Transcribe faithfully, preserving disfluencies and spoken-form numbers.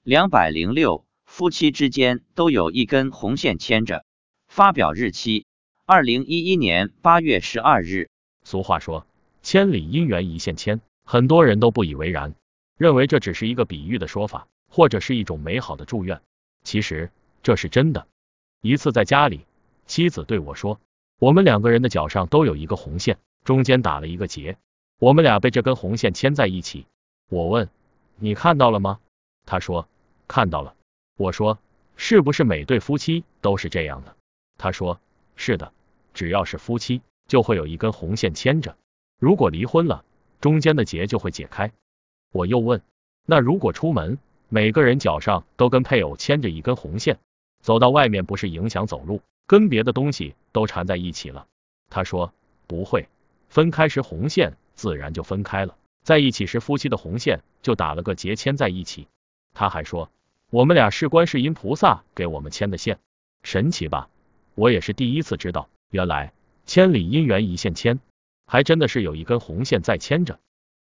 两百零六，夫妻之间都有一根红线牵着。发表日期：二零一一年八月十二日。 俗话说，千里姻缘一线牵，很多人都不以为然，认为这只是一个比喻的说法，或者是一种美好的祝愿。其实这是真的。一次在家里，妻子对我说，我们两个人的脚上都有一个红线，中间打了一个结，我们俩被这根红线牵在一起。我问，你看到了吗？他说，看到了。我说，是不是每对夫妻都是这样的？他说，是的，只要是夫妻，就会有一根红线牵着，如果离婚了，中间的结就会解开。我又问，那如果出门，每个人脚上都跟配偶牵着一根红线，走到外面不是影响走路，跟别的东西都缠在一起了？他说，不会，分开时红线自然就分开了，在一起时夫妻的红线就打了个结牵在一起。他还说，我们俩是观世音菩萨给我们牵的线，神奇吧？我也是第一次知道，原来千里姻缘一线牵，还真的是有一根红线在牵着。